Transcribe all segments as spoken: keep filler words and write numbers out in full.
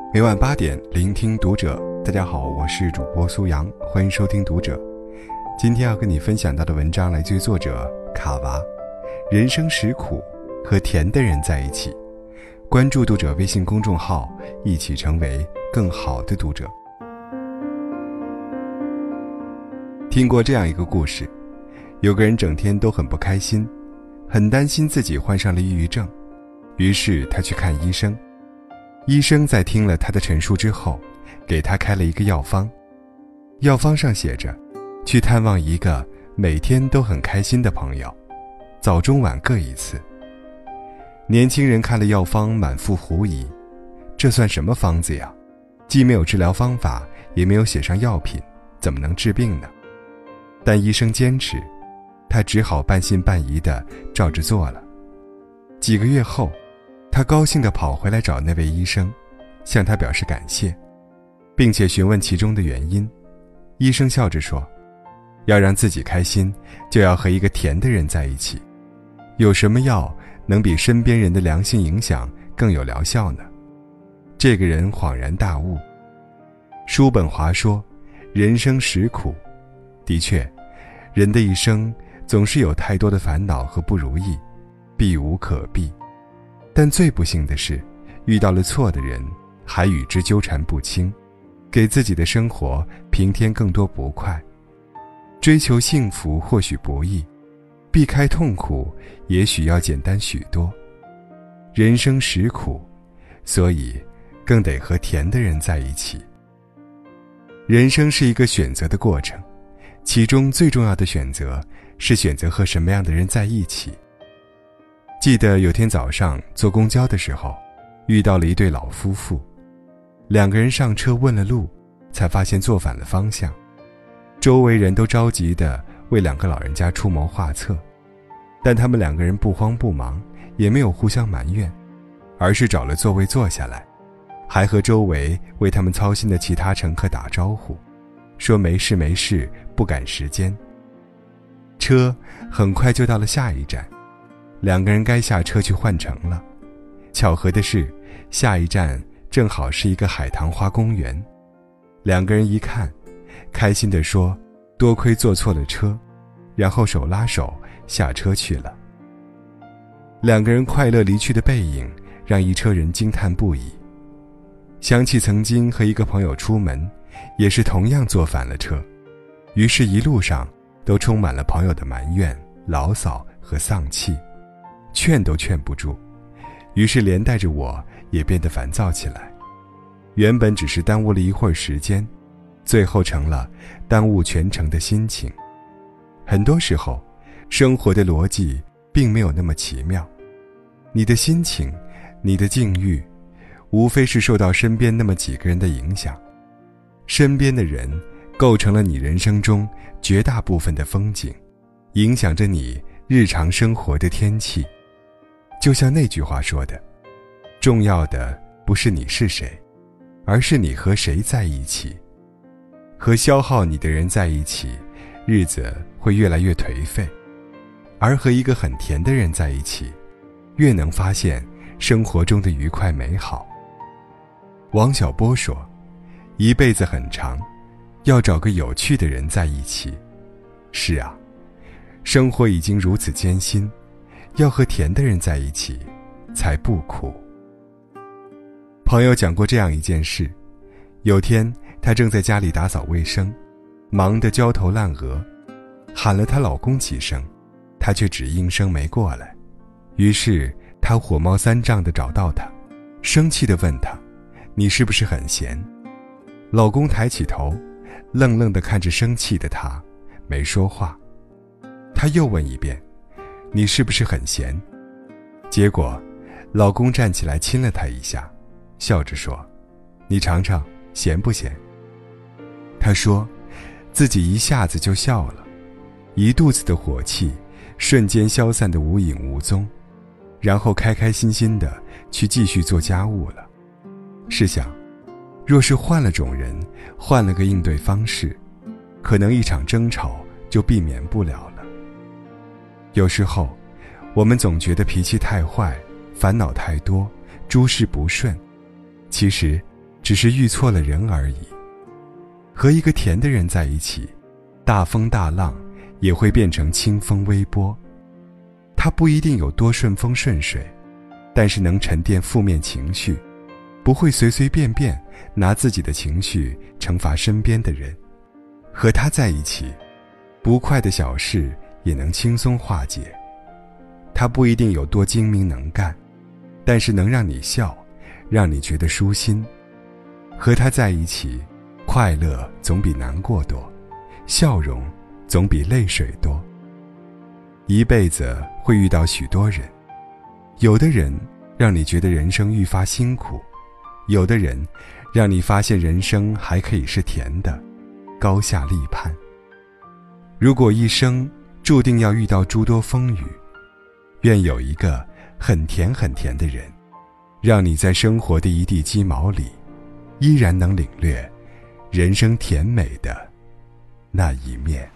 每晚八点，聆听读者。大家好，我是主播苏阳，欢迎收听读者。今天要跟你分享到的文章来自于作者卡娃。人生实苦，和甜的人在一起。关注读者微信公众号，一起成为更好的读者。听过这样一个故事，有个人整天都很不开心，很担心自己患上了抑郁症，于是他去看医生。医生在听了他的陈述之后，给他开了一个药方。药方上写着，去探望一个每天都很开心的朋友，早中晚各一次。年轻人看了药方，满腹狐疑，这算什么方子呀？既没有治疗方法，也没有写上药品，怎么能治病呢？但医生坚持，他只好半信半疑地照着做了。几个月后，他高兴地跑回来找那位医生，向他表示感谢，并且询问其中的原因。医生笑着说，要让自己开心，就要和一个甜的人在一起。有什么药能比身边人的良性影响更有疗效呢？这个人恍然大悟。叔本华说，人生实苦。的确，人的一生总是有太多的烦恼和不如意，避无可避。但最不幸的是，遇到了错的人，还与之纠缠不清，给自己的生活平添更多不快。追求幸福或许不易，避开痛苦也许要简单许多。人生实苦，所以更得和甜的人在一起。人生是一个选择的过程，其中最重要的选择是选择和什么样的人在一起。记得有天早上坐公交的时候，遇到了一对老夫妇。两个人上车问了路，才发现坐反了方向。周围人都着急地为两个老人家出谋划策，但他们两个人不慌不忙，也没有互相埋怨，而是找了座位坐下来，还和周围为他们操心的其他乘客打招呼，说没事没事，不赶时间。车很快就到了下一站，两个人该下车去换乘了。巧合的是，下一站正好是一个海棠花公园。两个人一看，开心地说，多亏坐错了车，然后手拉手下车去了。两个人快乐离去的背影让一车人惊叹不已。想起曾经和一个朋友出门，也是同样坐反了车，于是一路上都充满了朋友的埋怨、牢骚和丧气，劝都劝不住，于是连带着我也变得烦躁起来。原本只是耽误了一会儿时间，最后成了耽误全程的心情。很多时候，生活的逻辑并没有那么奇妙。你的心情，你的境遇，无非是受到身边那么几个人的影响。身边的人构成了你人生中绝大部分的风景，影响着你日常生活的天气。就像那句话说的，重要的不是你是谁，而是你和谁在一起。和消耗你的人在一起，日子会越来越颓废；而和一个很甜的人在一起，越能发现生活中的愉快美好。王小波说，一辈子很长，要找个有趣的人在一起。是啊，生活已经如此艰辛，要和甜的人在一起才不苦。朋友讲过这样一件事，有天她正在家里打扫卫生，忙得焦头烂额，喊了她老公几声，他却只应声没过来。于是她火冒三丈地找到他，生气地问他，你是不是很闲？老公抬起头，愣愣地看着生气的她，没说话。她又问一遍，你是不是很闲？结果老公站起来亲了她一下，笑着说，你尝尝咸不咸？她说自己一下子就笑了，一肚子的火气瞬间消散得无影无踪，然后开开心心地去继续做家务了。试想，若是换了种人，换了个应对方式，可能一场争吵就避免不了了。有时候我们总觉得脾气太坏，烦恼太多，诸事不顺，其实只是遇错了人而已。和一个甜的人在一起，大风大浪也会变成清风微波。他不一定有多顺风顺水，但是能沉淀负面情绪，不会随随便便拿自己的情绪惩罚身边的人。和他在一起，不快的小事也能轻松化解。他不一定有多精明能干，但是能让你笑，让你觉得舒心。和他在一起，快乐总比难过多，笑容总比泪水多。一辈子会遇到许多人，有的人让你觉得人生愈发辛苦，有的人让你发现人生还可以是甜的，高下立判。如果一生注定要遇到诸多风雨，愿有一个很甜很甜的人，让你在生活的一地鸡毛里，依然能领略人生甜美的那一面。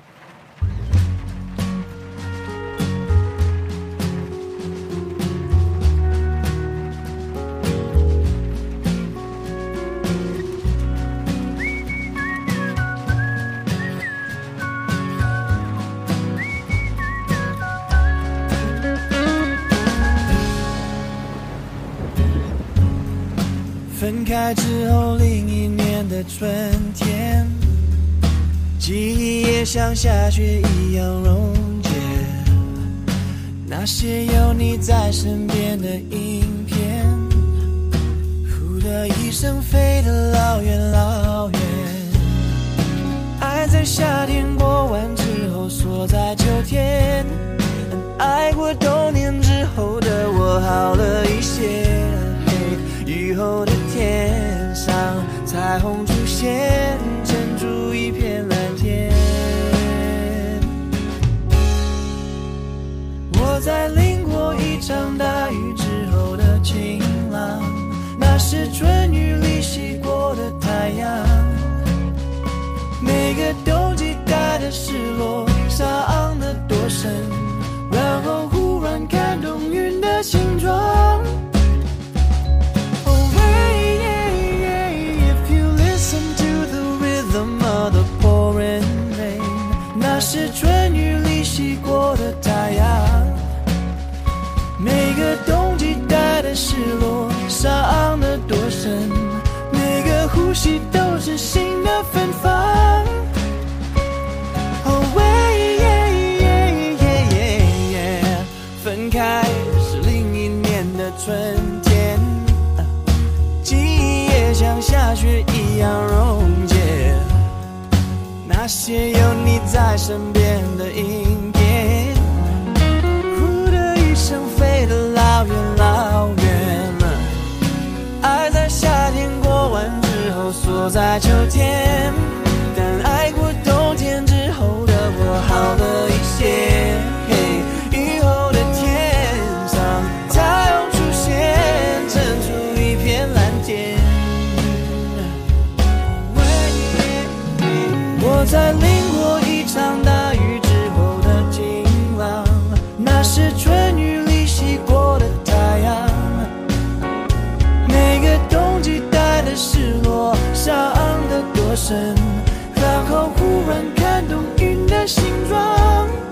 分开之后另一年的春天，记忆也像下雪一样溶解，那些有你在身边的影片，呼的一声飞得老远老远。爱在夏天过完之后锁在秋天，爱过冬天之后的我好了一些，雨后的天上彩虹出现，撑出一片蓝天。我在淋过一场大雨之后的晴朗，那是春雨里洗过的太阳。每个冬季带的失落，伤得多深，然后忽然看懂云的形状。是春雨里洗过的太阳，每个冬季带的失落，伤得多深，每个呼吸都是新的芬芳。Oh, yeah, yeah, yeah, yeah. 分开是另一年的春天，记忆也像下雪一样溶解，那些有你在身边的影片，呼的一声飞得老远老远。爱在夏天过完之后锁在秋天，但爱过冬天之后的我好了一些。雨后的天上太阳出现，撑出一片蓝天。我在淋过一场大雨之后的晴朗，那是春雨里洗过的太阳。每个冬季带的失落，伤得多深，然后忽然看懂云的形状。